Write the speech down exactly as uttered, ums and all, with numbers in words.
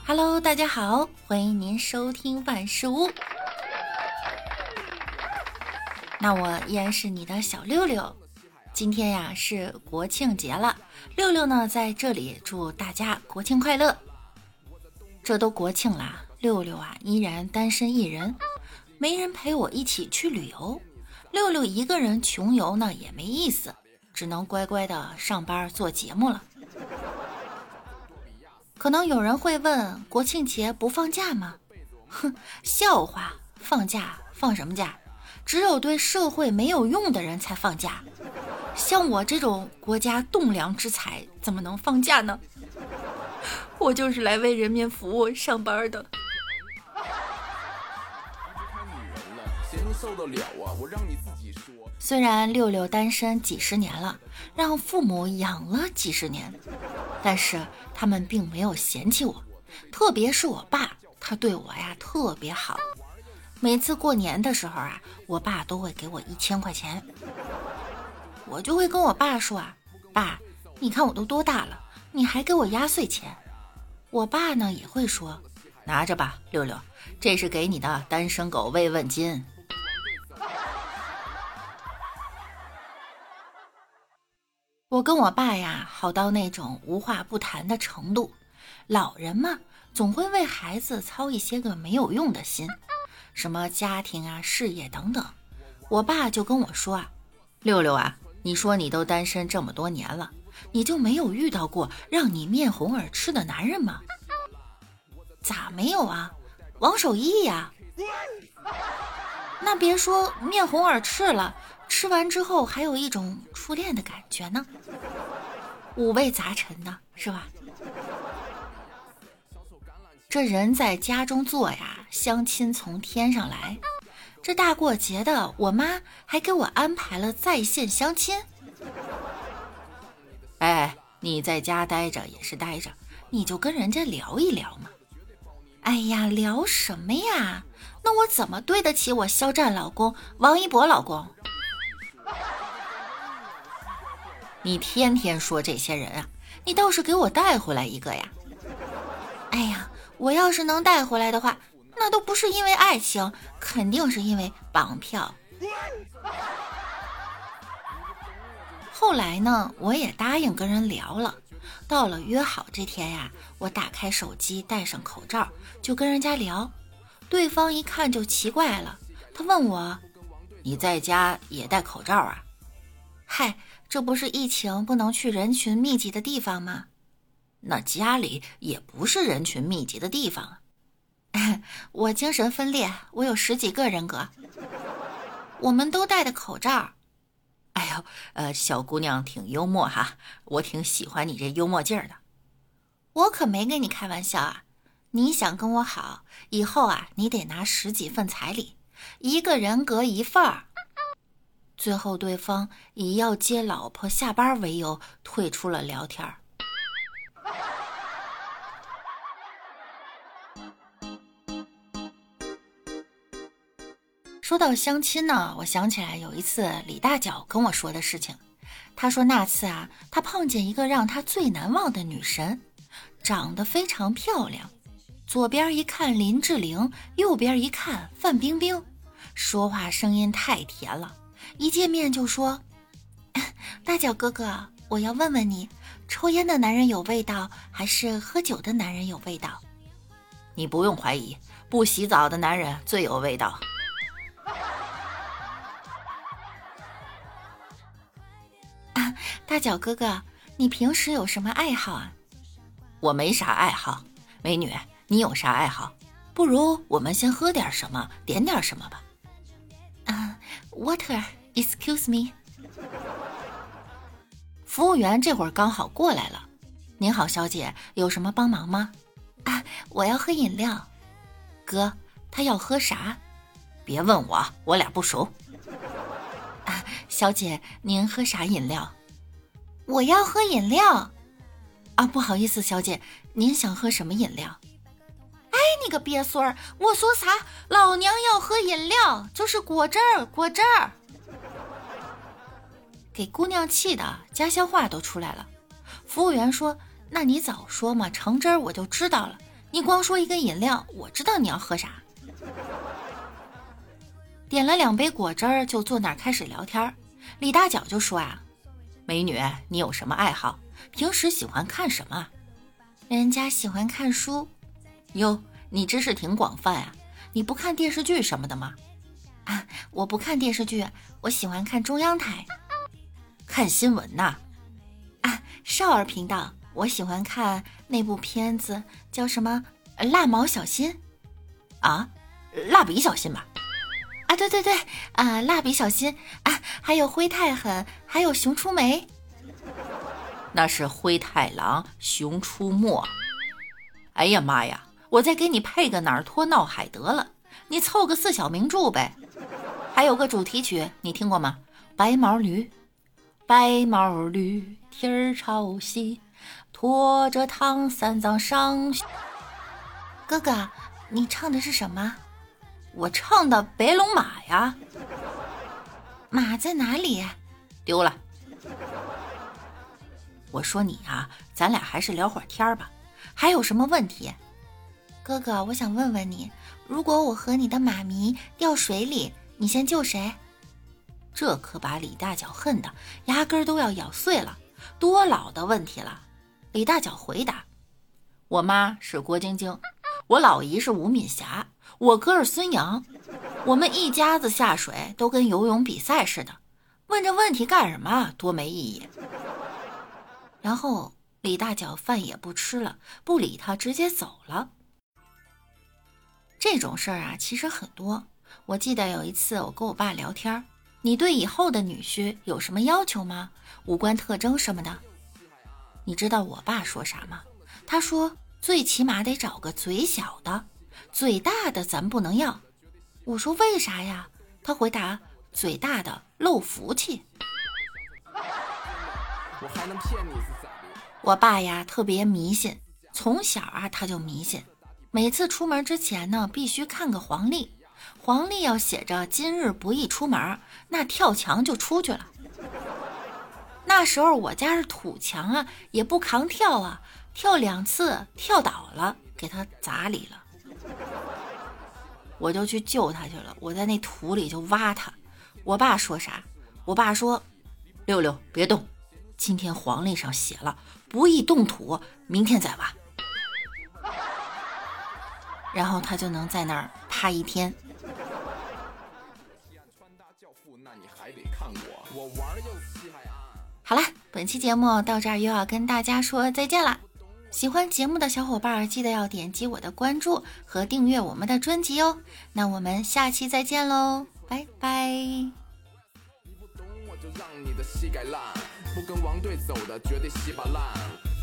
Hello， 大家好，欢迎您收听万事屋。那我依然是你的小六六。今天呀是国庆节了，六六呢在这里祝大家国庆快乐。这都国庆啦，六六啊依然单身一人，没人陪我一起去旅游。六六一个人穷游呢也没意思，只能乖乖的上班做节目了。可能有人会问，国庆节不放假吗？哼，笑话，放假放什么假？只有对社会没有用的人才放假。像我这种国家栋梁之才，怎么能放假呢？我就是来为人民服务上班的。虽然六六单身几十年了，让父母养了几十年，但是他们并没有嫌弃我，特别是我爸，他对我呀特别好。每次过年的时候啊，我爸都会给我一千块钱，我就会跟我爸说啊，爸，你看我都多大了，你还给我压岁钱。我爸呢也会说，拿着吧，六六，这是给你的单身狗慰问金。我跟我爸呀好到那种无话不谈的程度，老人嘛总会为孩子操一些个没有用的心，什么家庭啊事业等等。我爸就跟我说啊，六六啊，你说你都单身这么多年了，你就没有遇到过让你面红耳赤的男人吗？咋没有啊？王守义呀。那别说面红耳赤了，吃完之后还有一种初恋的感觉呢，五味杂陈的是吧？这人在家中坐呀，相亲从天上来。这大过节的，我妈还给我安排了在线相亲。哎，你在家待着也是待着，你就跟人家聊一聊嘛。哎呀，聊什么呀？那我怎么对得起我肖战老公王一博老公？你天天说这些人啊，你倒是给我带回来一个呀。哎呀，我要是能带回来的话，那都不是因为爱情，肯定是因为绑票。后来呢，我也答应跟人聊了。到了约好这天呀，我打开手机，戴上口罩，就跟人家聊。对方一看就奇怪了，他问我，你在家也戴口罩啊？嗨，这不是疫情不能去人群密集的地方吗？那家里也不是人群密集的地方啊。我精神分裂，我有十几个人格。我们都戴的口罩。哎呦，呃，小姑娘挺幽默哈，我挺喜欢你这幽默劲儿的。我可没跟你开玩笑啊，你想跟我好，以后啊，你得拿十几份彩礼，一个人格一份儿。最后对方以要接老婆下班为由退出了聊天。说到相亲呢，我想起来有一次李大脚跟我说的事情。他说那次啊，他碰见一个让他最难忘的女神，长得非常漂亮，左边一看林志玲，右边一看范冰冰，说话声音太甜了，一见面就说，大脚哥哥，我要问问你，抽烟的男人有味道，还是喝酒的男人有味道？你不用怀疑，不洗澡的男人最有味道。大脚哥哥，你平时有什么爱好啊？我没啥爱好。美女，你有啥爱好？不如我们先喝点什么，点点什么吧。啊、uh, water, excuse me。服务员这会儿刚好过来了。您好，小姐，有什么帮忙吗？啊，我要喝饮料。哥，他要喝啥？别问我，我俩不熟。啊，小姐，您喝啥饮料？我要喝饮料。啊，不好意思，小姐，您想喝什么饮料？哎，你个鳖孙儿，我说啥？老娘要喝饮料，就是果汁儿，果汁儿。给姑娘气的家乡话都出来了。服务员说，那你早说嘛，橙汁儿我就知道了， 你光说一个饮料，我知道你要喝啥。点了两杯果汁儿，就坐那儿开始聊天。李大脚就说啊，美女，你有什么爱好？平时喜欢看什么？人家喜欢看书。哟，你知识挺广泛啊，你不看电视剧什么的吗？啊，我不看电视剧，我喜欢看中央台。看新闻呐？啊，少儿频道，我喜欢看那部片子叫什么蜡毛小新啊，蜡笔小新吧。啊，对对对，啊，蜡笔小新啊，还有灰太狠，还有熊出没。那是灰太狼，熊出没。哎呀妈呀，我再给你配个哪儿托闹海得了，你凑个四小名著呗。还有个主题曲，你听过吗？白毛驴，白毛驴，蹄儿朝西，驮着唐三藏上。哥哥，你唱的是什么？我唱的白龙马呀。马在哪里？丢了。我说你啊，咱俩还是聊会儿天吧。还有什么问题？哥哥，我想问问你，如果我和你的马迷掉水里，你先救谁？这可把李大脚恨的牙根都要咬碎了。多老的问题了。李大脚回答，我妈是郭晶晶，我老姨是吴敏霞，我哥是孙杨，我们一家子下水都跟游泳比赛似的，问这问题干什么？多没意义。然后李大脚饭也不吃了，不理他，直接走了。这种事儿啊，其实很多。我记得有一次我跟我爸聊天，你对以后的女婿有什么要求吗？五官特征什么的。你知道我爸说啥吗？他说最起码得找个嘴小的，嘴大的咱不能要。我说为啥呀？他回答嘴大的漏福气。我还能骗你是咋的？我爸呀特别迷信，从小啊他就迷信，每次出门之前呢必须看个黄历，黄历要写着今日不宜出门，那跳墙就出去了。那时候我家是土墙啊，也不扛跳啊，跳两次跳倒了，给他砸里了。我就去救他去了，我在那土里就挖他。我爸说啥？我爸说六六别动，今天黄历上写了不宜动土，明天再挖。然后他就能在那儿趴一天。好了，本期节目到这儿又要跟大家说再见了。喜欢节目的小伙伴记得要点击我的关注和订阅我们的专辑哦。那我们下期再见喽，拜拜。你不懂我就让你的膝盖烂，不跟王队走的绝对稀巴烂。